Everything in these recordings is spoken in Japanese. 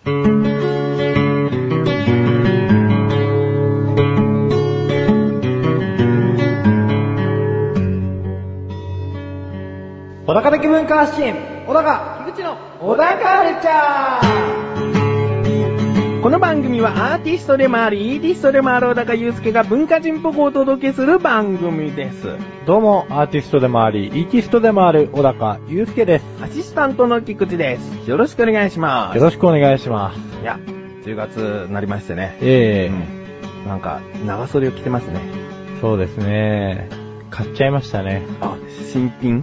小高的文化発信、小高樋口の小高カルチャー。この番組はアーティストでもあり、イーティストでもある小高祐介が文化人っぽくお届けする番組です。 どうも、アーティストでもあり、イーティストでもある小高祐介です。 アシスタントの菊池です。よろしくお願いします。 よろしくお願いします。 いや、10月になりましてね。なんか、長袖を着てますね。 そうですね。買っちゃいましたね。 あ、新品。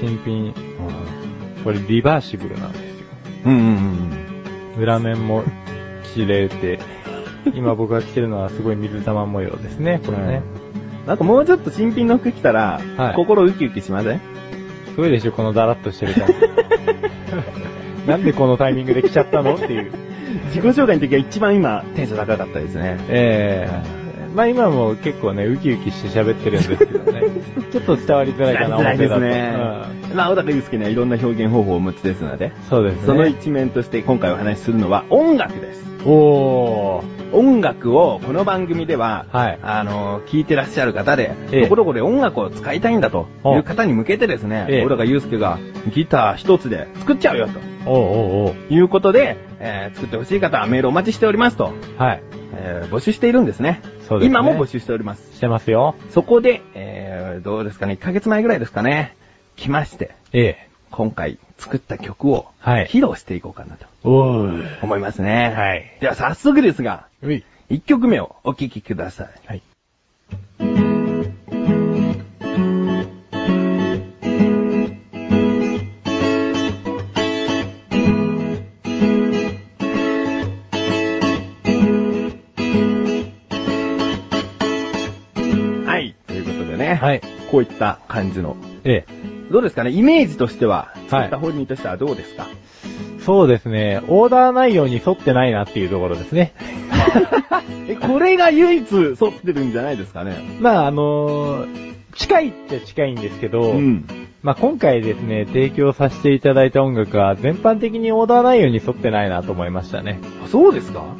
これリバーシブルなんですよ。裏面も着れて、今僕が着てるのはすごい水玉模様ですね、これね。 なんかもうちょっと新品の服着たら、心ウキウキしません？ すごいでしょ、このダラッとしてる感じ。なんでこのタイミングで着ちゃったのっていう。 自己紹介の時は一番今テンション高かったですね。 まあ今も結構ね、ウキウキして喋ってるんですけどね。ちょっと伝わりづらいかな、 思ってたと。まあ、小高祐介にはいろんな表現方法をお持ちですので。 そうですね。 その一面として今回お話しするのは音楽です。 音楽をこの番組では、聞いてらっしゃる方で、どこどこで音楽を使いたいんだという方に向けてですね、小高祐介がギター一つで作っちゃうよと。いうことで、作ってほしい方はメールお待ちしておりますと。募集しているんですね。 そうですね。 今も募集しております。 してますよ。 そこで、どうですかね、1ヶ月前ぐらいですかね、来まして、今回作った曲を披露していこうかなと思いますね。では早速ですが、1曲目をお聴きください。こういった感じの。どうですかね、イメージとしては、作った本人としてはどうですか？ そうですね、オーダー内容に沿ってないなっていうところですね。 これが唯一沿ってるんじゃないですかね。 まあ近いっちゃ近いんですけど、まあ今回ですね、提供させていただいた音楽は全般的にオーダー内容に沿ってないなと思いましたね。 そうですか？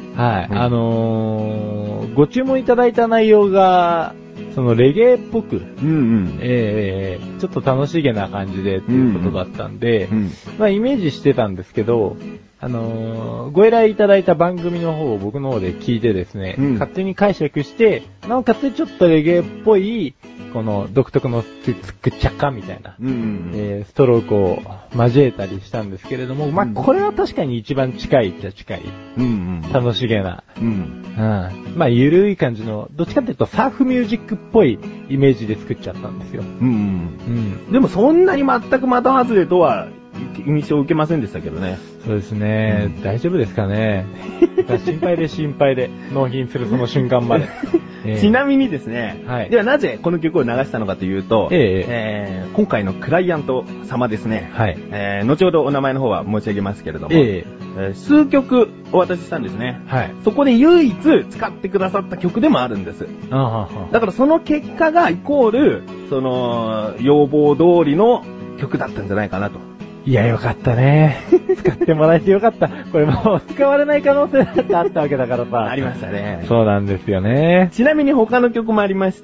ご注文いただいた内容が、そのレゲエっぽく、ちょっと楽しげな感じでっていうことだったんで、まあイメージしてたんですけど、ご依頼いただいた番組の方を僕の方で聞いてですね、勝手に解釈して、なおかつちょっとレゲエっぽい、この独特のツクチャカみたいな、ストロークを交えたりしたんですけれども、まあこれは確かに一番近いっちゃ近い。楽しげな。まあゆるい感じの、どっちかっていうとサーフミュージックっぽいイメージで作っちゃったんですよ。 でもそんなに全く的外れとは印象を受けませんでしたけどね。 そうですね。大丈夫ですかね。心配で納品するその瞬間まで。 ちなみにですね、ではなぜこの曲を流したのかというと、今回のクライアント様ですね、後ほどお名前の方は申し上げますけれども、数曲お渡ししたんですね。そこで唯一使ってくださった曲でもあるんです。だからその結果がイコール、その要望通りの曲だったんじゃないかなと。 いや、よかったね。使ってもらえてよかった。これもう使われない可能性だってあったわけだからさ。 ありましたね。 そうなんですよね。 ちなみに他の曲もありまして、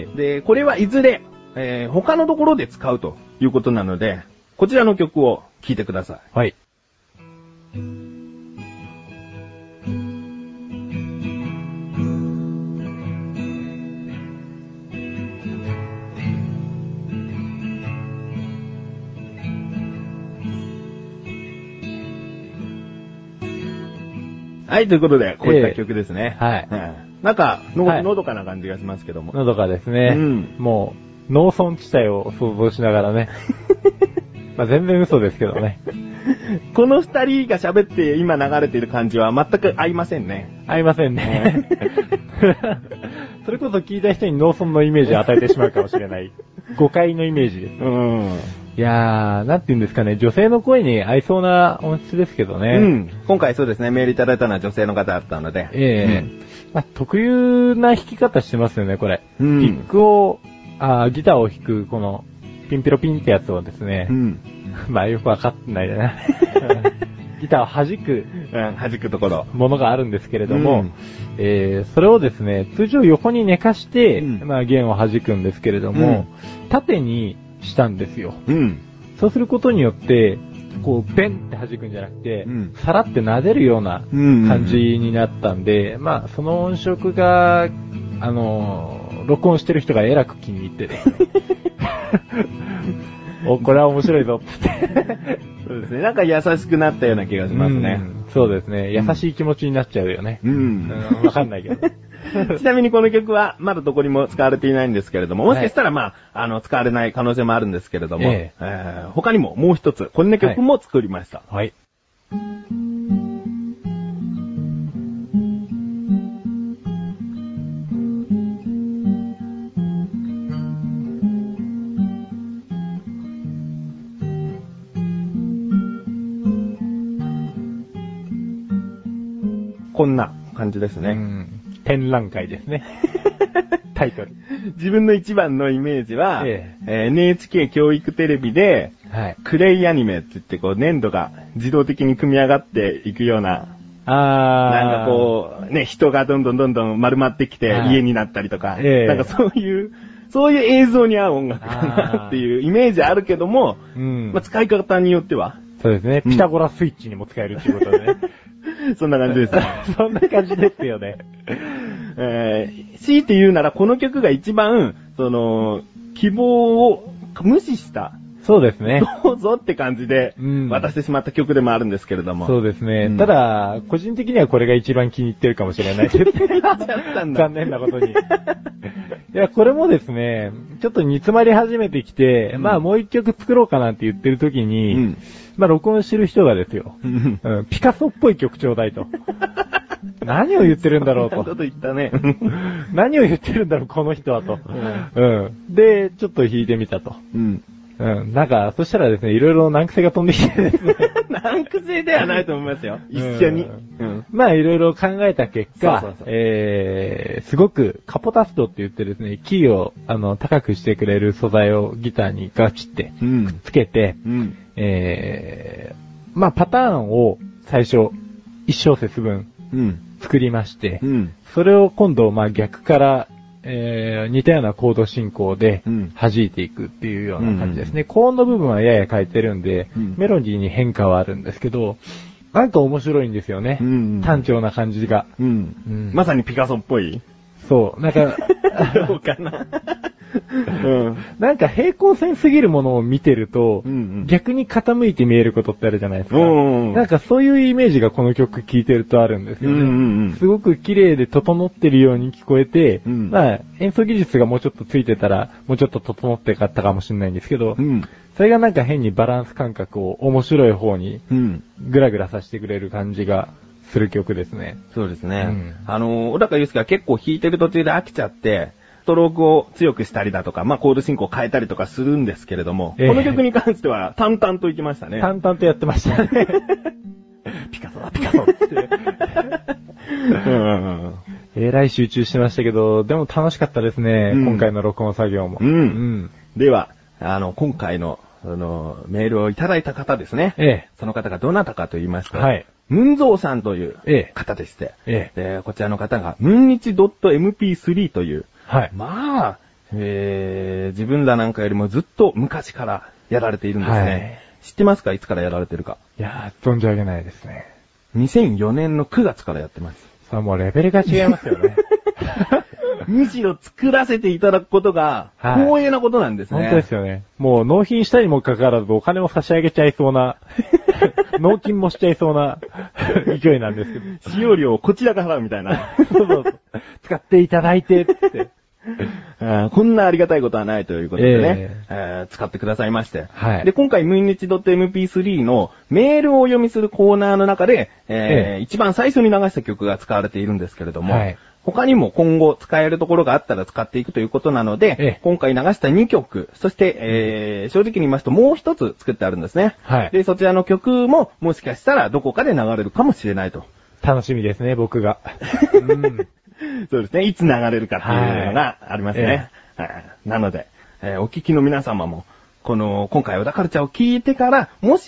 で、これはいずれ、他のところで使うということなので、こちらの曲を聴いてください。はい、ということで、こういった曲ですね。なんか、のどかな感じがしますけども。 のどかですね。もう、農村地帯を想像しながらね。まあ全然嘘ですけどね。 この二人が喋って今流れている感じは全く合いませんね。 合いませんね。それこそ聞いた人に農村のイメージを与えてしまうかもしれない。誤解のイメージです。いやー、なんて言うんですかね、女性の声に合いそうな音質ですけどね。 今回そうですね、メールいただいたのは女性の方だったので。 まあ、特有な弾き方してますよね、これ。ピックを、ギターを弾く、この、ピンピロピンってやつをですね。まあ、よくわかってないな。 ギターを弾く、 弾くところ。 ものがあるんですけれども、それをですね、通常横に寝かして、弦を弾くんですけれども、縦にしたんですよ。そうすることによって、こう、ベンって弾くんじゃなくて、さらって撫でるような感じになったんで、その音色が、録音してる人がえらく気に入ってね。これは面白いぞって。 そうですね。なんか優しくなったような気がしますね。 そうですね。優しい気持ちになっちゃうよね。わかんないけど。 ちなみにこの曲はまだどこにも使われていないんですけれども、もしかしたら使われない可能性もあるんですけれども、他にももう一つ、こんな曲も作りました。 はい。 こんな感じですね。 展覧会ですね。タイトル。 自分の一番のイメージは、NHK 教育テレビで、クレイアニメって言って粘土が自動的に組み上がっていくような、なんかこう、ね、人がどんどん丸まってきて家になったりとか、なんかそういう映像に合う音楽かなっていうイメージあるけども、使い方によっては。 そうですね。ピタゴラスイッチにも使えるっていうことでね。 そんな感じですね。 そんな感じですよね。 強いて言うならこの曲が一番、希望を無視した。 そうですね。 どうぞって感じで渡してしまった曲でもあるんですけれども。 そうですね。ただ、個人的にはこれが一番気に入ってるかもしれないです。残念なことに。いや、これもですね、ちょっと煮詰まり始めてきて、もう一曲作ろうかなんて言ってる時に、録音してる人がですよ、ピカソっぽい曲ちょうだいと。何を言ってるんだろうと。 言ったね。 何を言ってるんだろう、この人はと。で、ちょっと弾いてみたと。なんか、そしたらですね、いろいろ難癖が飛んできてですね。 難癖ではないと思いますよ。一緒に。 いろいろ考えた結果、すごくカポタストって言ってですね、キーを高くしてくれる素材をギターにガチってくっつけて、パターンを最初、1小節分作りまして、それを今度、逆から、似たようなコード進行で弾いていくっていうような感じですね。高音の部分はやや変えてるんで、メロディーに変化はあるんですけど、なんか面白いんですよね。単調な感じが。 まさにピカソっぽい。 そう。なんか、 どうかな。 なんか平行線すぎるものを見てると、逆に傾いて見えることってあるじゃないですか。なんかそういうイメージがこの曲聴いてるとあるんですよね。すごく綺麗で整ってるように聞こえて、演奏技術がもうちょっとついてたら、もうちょっと整ってかったかもしれないんですけど、それがなんか変にバランス感覚を面白い方に、グラグラさせてくれる感じがする曲ですね。 そうですね。小高祐介は結構弾いてる途中で飽きちゃって、ストロークを強くしたりだとか、コード進行を変えたりとかするんですけれども、この曲に関しては淡々といきましたね。 淡々とやってましたね。ピカソだ、ピカソって。えらい集中してましたけど、でも楽しかったですね、今回の録音作業も。 では、今回の、メールをいただいた方ですね。その方がどなたかと言いまして、ムンゾーさんという方でして、こちらの方が、ムンニチ .mp3 という、自分らなんかよりもずっと昔からやられているんですね。知ってますか？いつからやられてるか。 いやー、存じ上げないですね。 2004年の9月からやってます。 さあ、もうレベルが違いますよね。 むしろ作らせていただくことが光栄なことなんですね。 本当ですよね。もう納品したにもかかわらずお金を差し上げちゃいそうな、納金もしちゃいそうな勢いなんですけど。 使用料をこちらが払うみたいな。 そう使っていただいてって。 こんなありがたいことはないということでね、使ってくださいまして。で、今回、ムンニチ .mp3 のメールをお読みするコーナーの中で、一番最初に流した曲が使われているんですけれども、他にも今後使えるところがあったら使っていくということなので、今回流した2曲、そして、正直に言いますともう一つ作ってあるんですね。で、そちらの曲ももしかしたらどこかで流れるかもしれないと。 楽しみですね、僕が。 そうですね。いつ流れるかっていうのがありますね。なので、お聞きの皆様も、今回小田カルチャーを聞いてから、もし、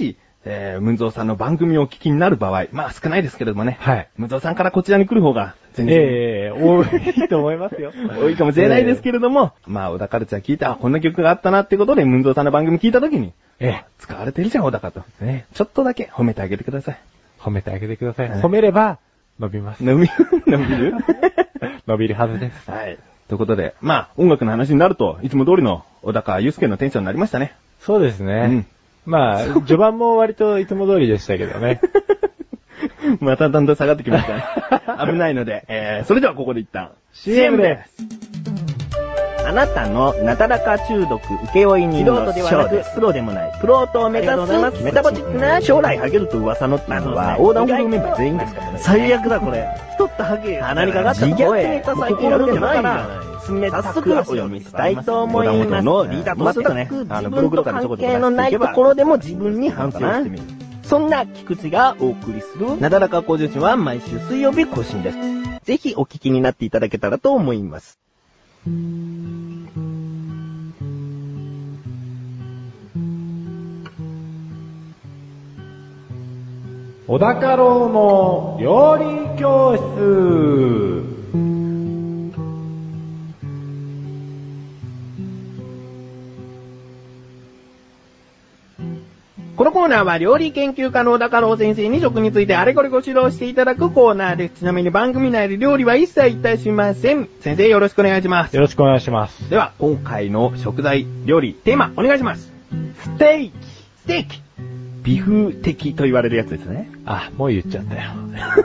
ムンゾーさんの番組をお聞きになる場合、まあ少ないですけれどもね。はい。ムンゾーさんからこちらに来る方が全然。 多いと思いますよ。 多いかもしれないですけれども、まあ小田カルチャー聞いて、こんな曲があったなってことで、ムンゾーさんの番組聞いたときに、使われてるじゃん、小田かと。ちょっとだけ褒めてあげてください。 褒めてあげてください。褒めれば、伸びます。 伸びる伸びるはずです。 はい。ということで、まあ音楽の話になると、いつも通りの小高祐介のテンションになりましたね。 そうですね。まあ、序盤も割といつも通りでしたけどね。 まただんだん下がってきましたね。危ないので、それではここで一旦 CM です。 あなたのなだらか中毒請負人の素人ではなくプロでもないプロートを目指すメタボチックな将来ハゲると噂のっていうのは横断歩道メンバー全員ですからね。最悪だこれ。太ったハゲ鼻にかかった自虐ネタ最近やるんじゃないから早速お読みしたいと思います。横断歩道のリーダーとするとね、ブログとかでちょこちょこ関係のないところでも自分に反省してみる。そんな菊池がお送りするなだらか向上心は毎週水曜日更新です。ぜひお聞きになっていただけたらと思います。 小田家老の料理教室。 このコーナーは料理研究家の小田家老先生に食についてあれこれご指導していただくコーナーです。ちなみに番組内で料理は一切いたしません。先生よろしくお願いします。 よろしくお願いします。 では今回の食材料理テーマお願いします。ステーキビフ的と言われるやつですね。 あ、もう言っちゃったよ。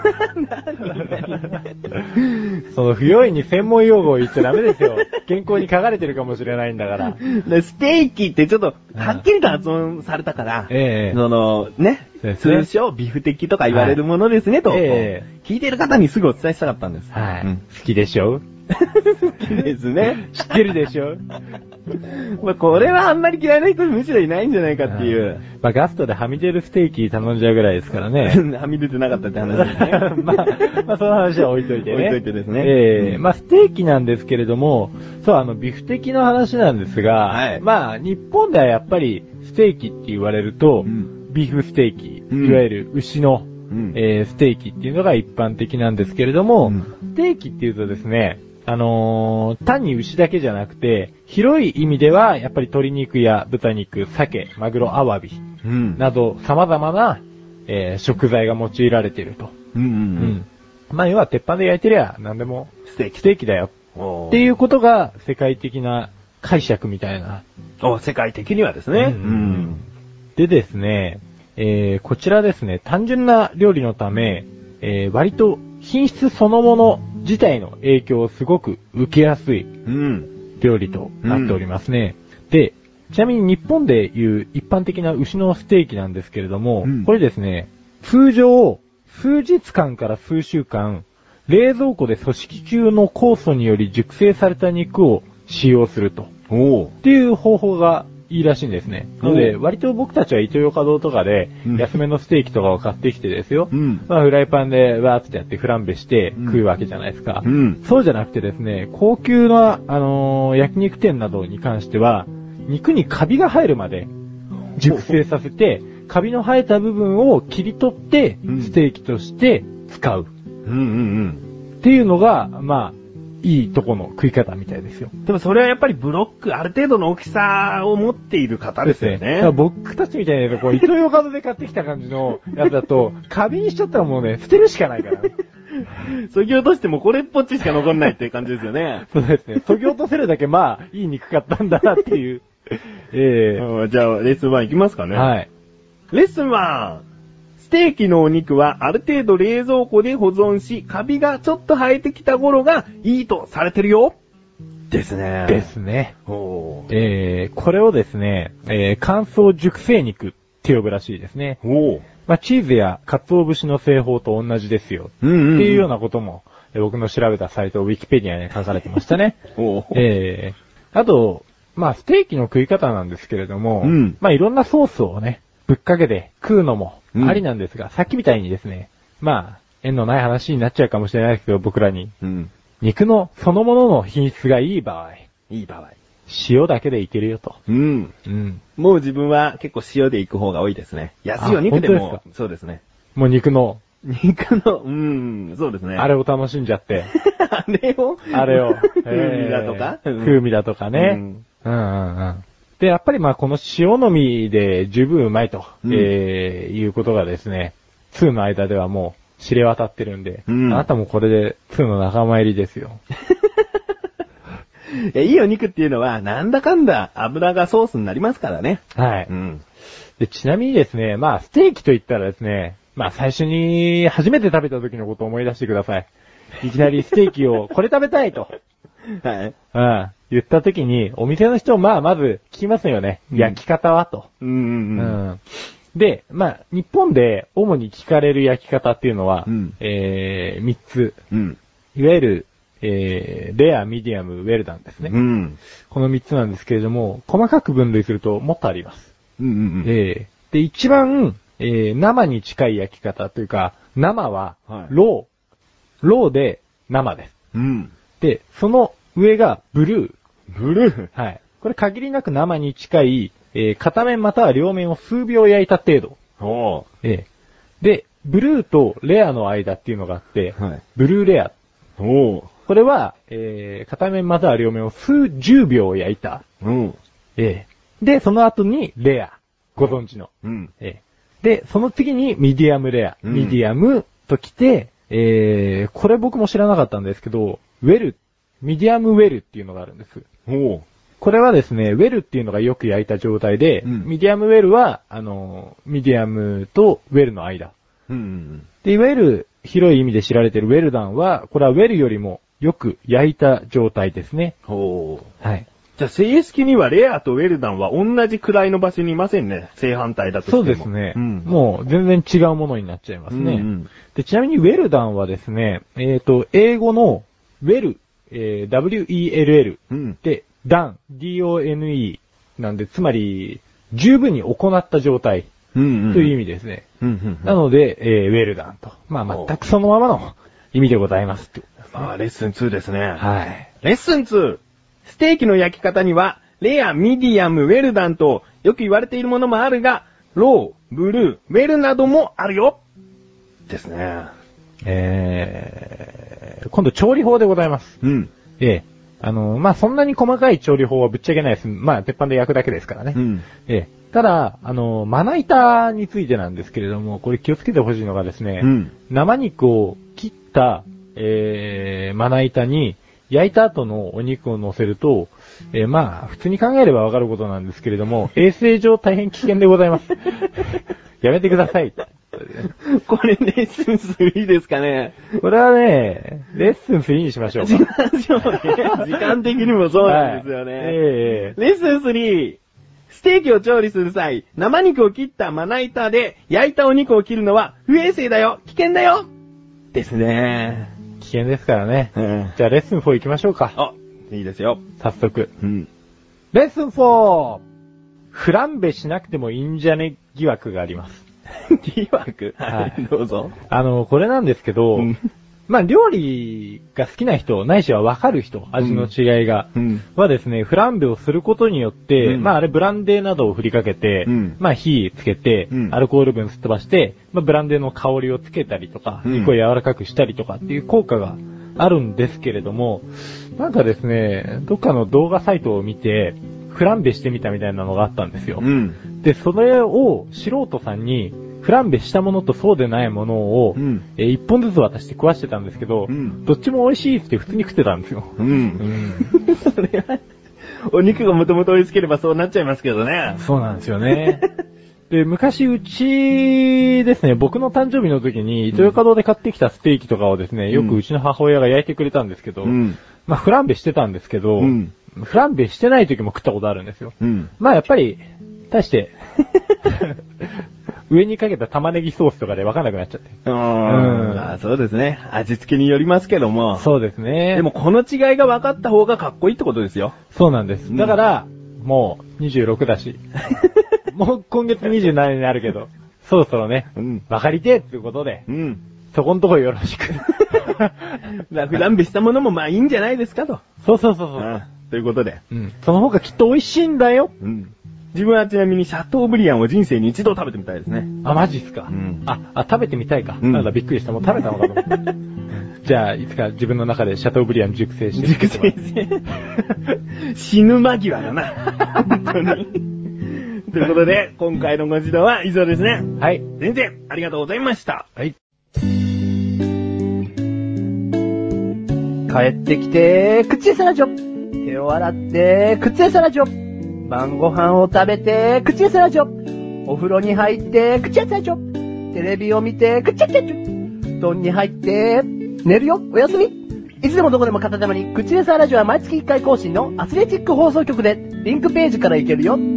その不用意に専門用語を言っちゃダメですよ。原稿に書かれてるかもしれないんだから。 ステーキってちょっとはっきりと発音されたから、そのね、通称ビフ的とか言われるものですねと、聞いてる方にすぐお伝えしたかったんです。 はい。好きでしょ？ 好きですね。 知ってるでしょ？ まあこれはあんまり嫌いな人むしろいないんじゃないかっていう。 まあガストではみ出るステーキ頼んじゃうぐらいですからね。 はみ出てなかったって話ですね。 まあその話は置いといてね。 置いといてですね。 まあステーキなんですけれども、そうビフテキの話なんですが、はい、まあ日本ではやっぱりステーキって言われると、ビーフステーキ、いわゆる牛の、ステーキっていうのが一般的なんですけれども、ステーキっていうとですね、単に牛だけじゃなくて、広い意味では、やっぱり鶏肉や豚肉、鮭、マグロ、アワビ、など、様々な、食材が用いられていると。まあ、要は鉄板で焼いてりゃ、何でも、ステーキだよ。っていうことが、世界的な解釈みたいな。 世界的にはですね。 でですね、こちらですね、単純な料理のため、割と品質そのもの自体の影響をすごく受けやすい料理となっておりますね。で、ちなみに日本でいう一般的な牛のステーキなんですけれども、これですね、通常数日間から数週間、冷蔵庫で組織級の酵素により熟成された肉を使用すると。っていう方法がいいらしいんですね。なので、割と僕たちはイトーヨーカドーとかで、安めのステーキとかを買ってきてですよ。まあ、フライパンでわーってやってフランベして食うわけじゃないですか。そうじゃなくてですね、高級な、焼肉店などに関しては、肉にカビが生えるまで熟成させて、カビの生えた部分を切り取って、ステーキとして使う。っていうのが、まあ、いいとこの食い方みたいですよ。 でもそれはやっぱりブロック、ある程度の大きさを持っている方ですよね。 だから僕たちみたいな、こう、イトーヨーカドーで買ってきた感じのやつだと、カビにしちゃったらもうね、捨てるしかないから。 削ぎ落としてもこれっぽっちしか残んないっていう感じですよね。 そうですね。削ぎ落とせるだけ、まあ、いい肉買ったんだなっていう。 じゃあ、レッスン1いきますかね。 はい。 レッスン 1! ステーキのお肉はある程度冷蔵庫で保存し、カビがちょっと生えてきた頃がいいとされてるよ。ですね。 ですね。これをですね、乾燥熟成肉って呼ぶらしいですね。まあ、チーズや鰹節の製法と同じですよ。っていうようなことも、僕の調べたサイト、ウィキペディアに書かれてましたね。あと、まあ、ステーキの食い方なんですけれども、まあ、いろんなソースをね、ぶっかけて食うのもありなんですが、さっきみたいにですね、まあ、縁のない話になっちゃうかもしれないですけど、僕らに。肉のそのものの品質がいい場合。 塩だけでいけるよと。 うん。うん。もう自分は結構塩でいく方が多いですね。安いお肉でも、そうですね。 もう肉の、 そうですね。 あれを楽しんじゃって。 あれを風味だとか、 風味だとかね。で、やっぱりこの塩のみで十分うまいと、いうことがですね、2の間ではもう知れ渡ってるんで、あなたもこれで2の仲間入りですよ。 いいお肉っていうのは、なんだかんだ油がソースになりますからね。 はい。で、ちなみにですね、ステーキと言ったらですね、最初に初めて食べた時のことを思い出してください。いきなりステーキをこれ食べたいと。 はい。 言った時に、お店の人まず聞きますよね。焼き方はと。で、日本で主に聞かれる焼き方っていうのは、3つ。いわゆる、レア、ミディアム、ウェルダンですね。この3つなんですけれども、細かく分類するともっとあります。で、一番、生に近い焼き方というか、生は、ローで生です。で、その上がブルー。はい。これ限りなく生に近い、片面または両面を数秒焼いた程度。で、ブルーとレアの間っていうのがあって、ブルーレア。これは、片面または両面を数十秒焼いた。で、その後にレア。ご存知の。で、その次にミディアムレア。ミディアムと来て、これ僕も知らなかったんですけど、ミディアムウェルっていうのがあるんです。これはですね、ウェルっていうのがよく焼いた状態で、ミディアムウェルは、ミディアムとウェルの間。で、いわゆる広い意味で知られているウェルダンは、これはウェルよりもよく焼いた状態ですね。はい。 じゃあ正式にはレアとウェルダンは同じくらいの場所にいませんね。正反対だとしても。 そうですね。もう全然違うものになっちゃいますね。で、ちなみにウェルダンはですね、英語のウェル、W-E-L-L、で、ダン、D-O-N-E なんで、つまり、十分に行った状態という意味ですね。なので、ウェルダンと。全くそのままの意味でございます。 レッスン2ですね。 はい。 レッスン 2! ステーキの焼き方には、レア、ミディアム、ウェルダンとよく言われているものもあるが、ロー、ブルー、ウェルなどもあるよですね。 今度調理法でございます。そんなに細かい調理法はぶっちゃけないです。鉄板で焼くだけですからね。ただ、まな板についてなんですけれども、これ気をつけてほしいのがですね、生肉を切った、まな板に、焼いた後のお肉を乗せると、普通に考えればわかることなんですけれども、衛生上大変危険でございます。やめてください。 これレッスン3ですかね。 これはね、レッスン3にしましょうか。 時間的にもそうなんですよね。レッスン3、ステーキを調理する際、生肉を切ったまな板で焼いたお肉を切るのは不衛生だよ、危険だよですね。 危険ですからね。じゃあレッスン4行きましょうか。 いいですよ。 早速。レッスン 4! フランベしなくてもいいんじゃね疑惑があります。 疑惑？はい、どうぞ。 これなんですけど、料理が好きな人、ないしはわかる人、味の違いが、はですね、フランベをすることによって、あれブランデーなどを振りかけて、火つけて、アルコール分すっ飛ばして、ブランデーの香りをつけたりとか、肉を柔らかくしたりとかっていう効果があるんですけれども、なんかですね、どっかの動画サイトを見て、フランベしてみたみたいなのがあったんですよ。で、それを素人さんに、フランベしたものとそうでないものを、一本ずつ渡して食わしてたんですけど、どっちも美味しいって普通に食ってたんですよ。 それは、お肉がもともと美味しければそうなっちゃいますけどね。 そうなんですよね。で、昔うちですね、僕の誕生日の時に、豊華堂で買ってきたステーキとかをですね、よくうちの母親が焼いてくれたんですけど、フランベしてたんですけど、フランベしてない時も食ったことあるんですよ。やっぱり、大して、上にかけた玉ねぎソースとかで分かんなくなっちゃって。 そうですね。味付けによりますけども。 そうですね。 でもこの違いが分かった方がかっこいいってことですよ。 そうなんです。だから、もう26だし。もう今月27年になるけど、そろそろね、分かりてえっていうことで、そこんとこよろしく。 フランベしたものもいいんじゃないですかと。 そう。 ということで。 うん。その方がきっと美味しいんだよ。 うん。自分はちなみにシャトーブリアンを人生に一度食べてみたいですね。 あ、マジっすか。うん。食べてみたいか。なんだ、びっくりした。もう食べたのかと思った。じゃあ、いつか自分の中でシャトーブリアン熟成して。 熟成死ぬ間際だな。本当に。ということで、今回のご指導は以上ですね。 はい。 先生、ありがとうございました。 はい。帰ってきて、口エサラジョ。手を洗って、口エサラジョ。晩ご飯を食べて、口エサラジョ。お風呂に入って、口エサラジョ。テレビを見て、口エサラジョ。布団に入って、寝るよ、おやすみ。いつでもどこでも片手間に、口エサラジオは毎月1回更新のアスレチック放送局で、リンクページから行けるよ。どこ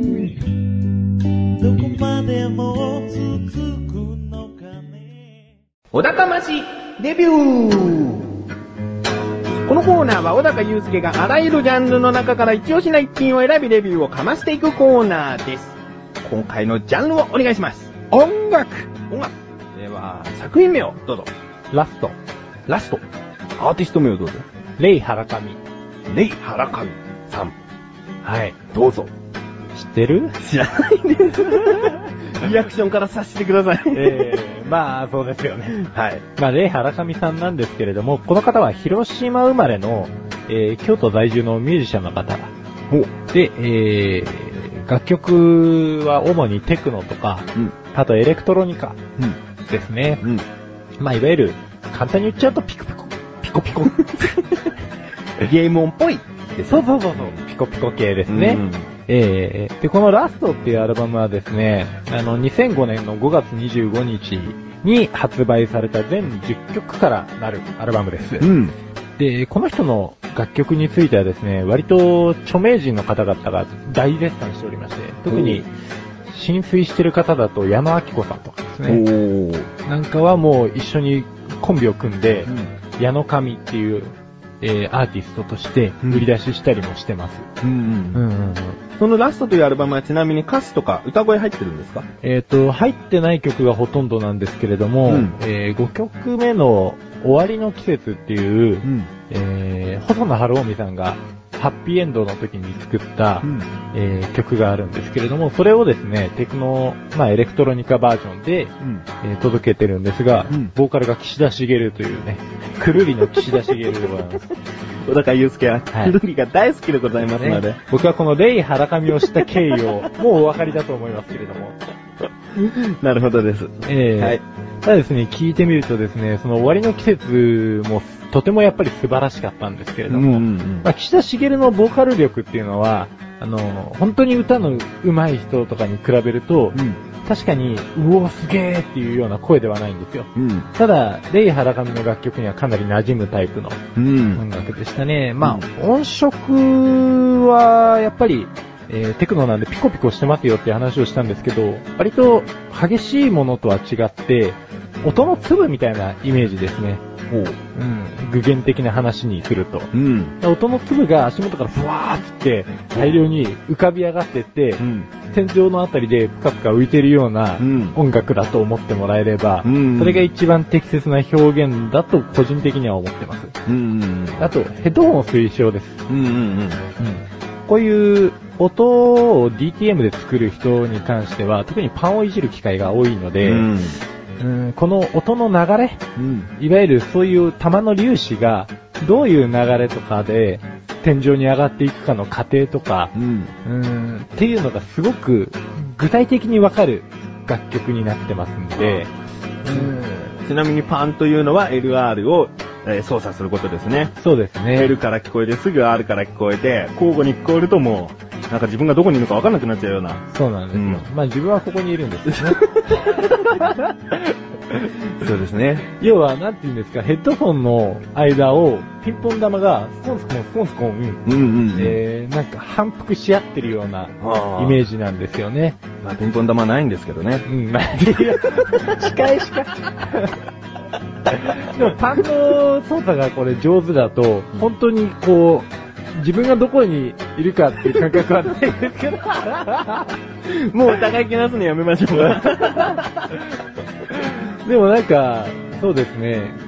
までも続くのかね。 小高ましデビュー。このコーナーは小高祐介があらゆるジャンルの中から一押しな一品を選びレビューをかましていくコーナーです。今回のジャンルをお願いします。 音楽。 では、作品名をどうぞ。 ラスト。 アーティスト名をどうぞ。 レイ・ハラカミさん。 はい。 どうぞ。 知ってる？ 知らないです。リアクションから察してください。 まあ、そうですよね。 はい。 まあ、レイ・ハラカミさんなんですけれども、この方は広島生まれの、京都在住のミュージシャンの方。で、楽曲は主にテクノとか、あとエレクトロニカですね。まあ、いわゆる、簡単に言っちゃうとピコピコ。 ゲーム音っぽい。 そう。ピコピコ系ですね。で、このラストっていうアルバムはですね、2005年の5月25日に発売された全10曲からなるアルバムです。で、この人の楽曲についてはですね、割と著名人の方々が大絶賛しておりまして、特に浸水してる方だと矢野顕子さんとかですね。なんかはもう一緒にコンビを組んで、矢野神っていうアーティストとして売り出ししたりもしてます。 そのラストというアルバムはちなみに歌詞とか歌声入ってるんですか？ 入ってない曲がほとんどなんですけれども、5曲目の終わりの季節っていう、細野晴臣さんがハッピーエンドの時に作った、曲があるんですけれども、それをですね、テクノ、エレクトロニカバージョンで、届けてるんですが、ボーカルが岸田茂というね、くるりの岸田茂でございます。 小高祐介はくるりが大好きでございますので、 僕はこのレイ・ハラカミを知った経緯をもうお分かりだと思いますけれども。 なるほどです。 はい。ただですね、聞いてみるとですね、その終わりの季節もとてもやっぱり素晴らしかったんですけれども、岸田茂のボーカル力っていうのは、本当に歌の上手い人とかに比べると、確かに、うおすげーっていうような声ではないんですよ。ただ、レイ・ハラカミの楽曲にはかなり馴染むタイプの音楽でしたね。音色は、やっぱり、テクノなんでピコピコしてますよっていう話をしたんですけど、割と激しいものとは違って、音の粒みたいなイメージですね。具現的な話にすると。音の粒が足元からふわーって大量に浮かび上がってって、天井のあたりでぷかぷか浮いてるような音楽だと思ってもらえれば、それが一番適切な表現だと個人的には思ってます。あと、ヘッドホンを推奨です。こういう音を DTM で作る人に関しては、特にパンをいじる機会が多いので、この音の流れ、いわゆるそういう玉の粒子がどういう流れとかで天井に上がっていくかの過程とか、っていうのがすごく具体的にわかる楽曲になってますんで、 ちなみにパンというのは LR を操作することですね。 そうですね。 L から聞こえてすぐ R から聞こえて、交互に聞こえるともう、なんか自分がどこにいるか分かんなくなっちゃうような。 そうなんですよ。自分はここにいるんですよね。 そうですね。 要は、なんて言うんですか、ヘッドフォンの間をピンポン玉がスコンスコン、なんか反復し合ってるようなイメージなんですよね。 ピンポン玉ないんですけどね。 近い。でもパンの操作がこれ上手だと、本当にこう、自分がどこにいるかっていう感覚はないんですけど。 もう疑い気なすのやめましょうか。 でもなんか、そうですね。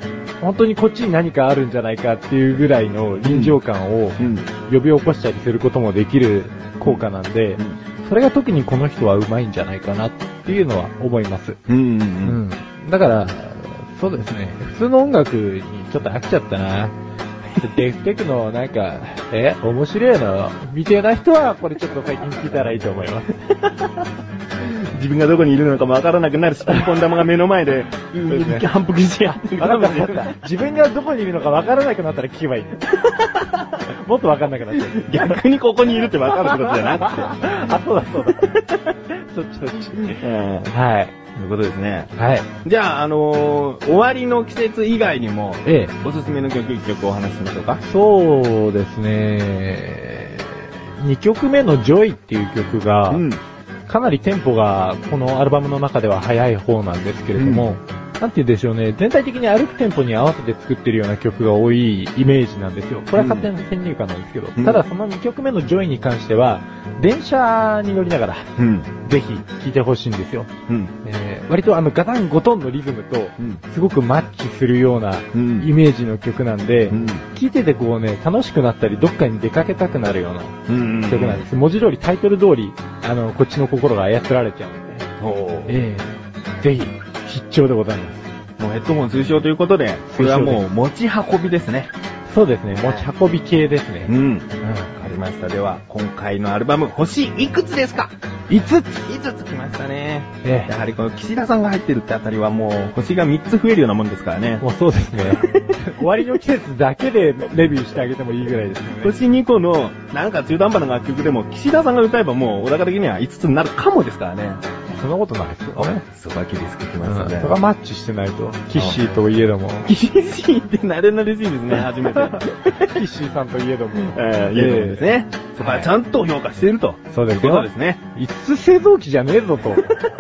本当にこっちに何かあるんじゃないかっていうぐらいの臨場感を呼び起こしたりすることもできる効果なんで、それが特にこの人は上手いんじゃないかなっていうのは思います。だから、そうですね、普通の音楽にちょっと飽きちゃったな。デフテクのなんか、面白いのみたいな人はこれちょっと最近聞いたらいいと思います。 自分がどこにいるのかもわからなくなるし、ピンポン玉が目の前で、反復してやってるかもしれない。 自分がどこにいるのかわからなくなったら聞けばいい。もっとわかんなくなっちゃう。 逆にここにいるってわかるってことじゃなくて。 あ、そうだ。そっち。はい。 ということですね。 はい。 じゃあ、終わりの季節以外にも、おすすめの曲1曲お話ししましょうか。 そうですね。2曲目のジョイっていう曲が、かなりテンポがこのアルバムの中では速い方なんですけれども、なんて言うんでしょうね、全体的に歩くテンポに合わせて作ってるような曲が多いイメージなんですよ。これは勝手な先入観なんですけど、ただその2曲目のジョイに関しては、電車に乗りながら、ぜひ聴いてほしいんですよ。割とガタンゴトンのリズムと、すごくマッチするようなイメージの曲なんで、聴いててこうね、楽しくなったり、どっかに出かけたくなるような曲なんです。文字通り、タイトル通り、こっちの心が操られちゃうんで、ぜひ、必聴でございます。 もうヘッドホン推奨ということで、これはもう持ち運びですね。 そうですね、持ち運び系ですね。 わかりました。では、今回のアルバム、星いくつですか ？5 つ来ましたね。やはりこの岸田さんが入ってるってあたりはもう、星が3つ増えるようなもんですからね。 もうそうですね。終わりの季節だけでレビューしてあげてもいいぐらいですね。 星2個の、なんか中途半端な楽曲でも、岸田さんが歌えばもう、小高的には5つになるかもですからね。 そんなことないですよね。 そばきリスクきますね。 それがマッチしてないと。キッシーといえども。 キッシーって慣れ慣れしいですね、初めて。 キッシーさんといえども。 いえどもですね。そこはちゃんと評価していると。 そうですよ。 そうですね。 5つ製造機じゃねえぞと。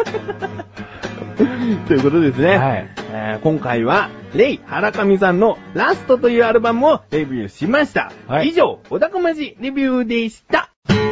ということですね。はい。今回は、レイ・原上さんのラストというアルバムをレビューしました。はい、以上、小高まじレビューでした。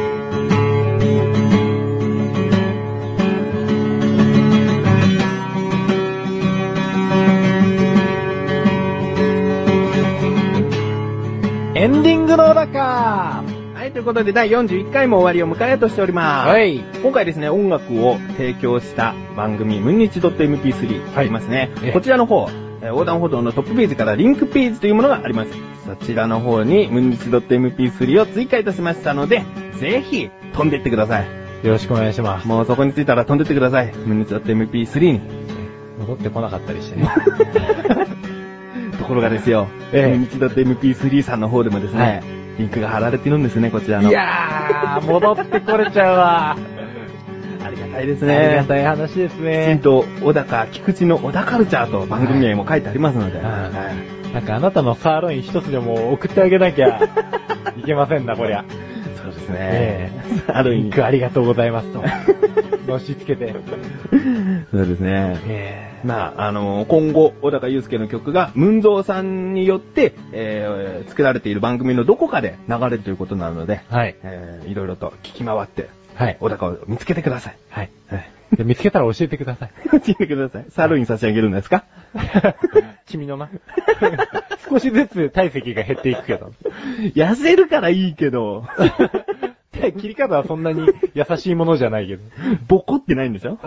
エンディングの小高。 はい、ということで第41回も終わりを迎えようとしております。はい。今回ですね、音楽を提供した番組、ムンニチ .mp3 ありますね。こちらの方、横断歩道のトップページからリンクページというものがあります。そちらの方にムンニチ .mp3 を追加いたしましたので、ぜひ飛んでいってください。 よろしくお願いします。 もうそこに着いたら飛んでいってください。ムンニチ .mp3 に。 戻ってこなかったりしてね。 ところがですよ、ムンニチ .mp3 さんの方でもですね、リンクが貼られてるんですね、こちらの。 いやー、戻ってこれちゃうわ。 ありがたいですね。 ありがたい話ですね。 きちんと、小高、菊池の小高カルチャーと番組名も書いてありますので。 なんかあなたのサーロイン一つでも送ってあげなきゃいけませんな、こりゃ。 そうですね。 サーロインありがとうございますと。のしつけて。 そうですね。まあ、今後、小高祐介の曲が、ムンゾーさんによって、作られている番組のどこかで流れるということなので、はい。いろいろと聞き回って、はい。小高を見つけてください。はい。 で見つけたら教えてください。 教えてください。サーロイン差し上げるんですか？ 君のな。少しずつ体積が減っていくけど。 痩せるからいいけど。 切り方はそんなに優しいものじゃないけど。 ボコってないんでしょ？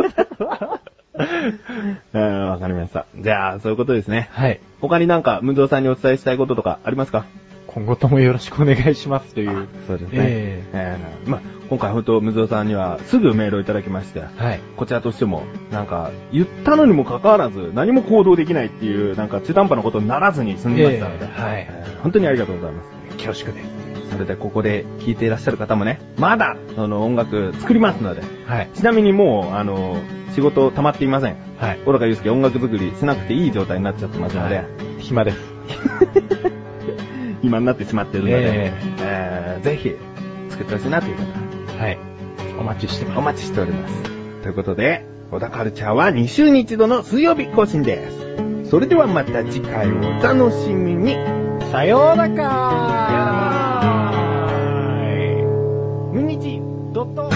わかりました。じゃあ、そういうことですね。はい。他になんか、ムンゾーさんにお伝えしたいこととかありますか？ 今後ともよろしくお願いしますという。 そうですね。まあ、今回本当、ムンゾーさんにはすぐメールをいただきまして、はい。こちらとしても、なんか、言ったのにもかかわらず、何も行動できないっていう、なんか、中途半端なことにならずに済みましたので、はい。本当にありがとうございます。 恐縮です。 それでここで聴いていらっしゃる方もね、まだ、音楽作りますので、はい。ちなみにもう、仕事溜まっていません。はい。小高祐介音楽作りしなくていい状態になっちゃってますので、 暇です。 暇になってしまっているので、ぜひ、作ってほしいなという方。 はい。お待ちしてます。 お待ちしております。ということで、小高カルチャーは2週に一度の水曜日更新です。それではまた次回をお楽しみに。 さようなら。ムンニチ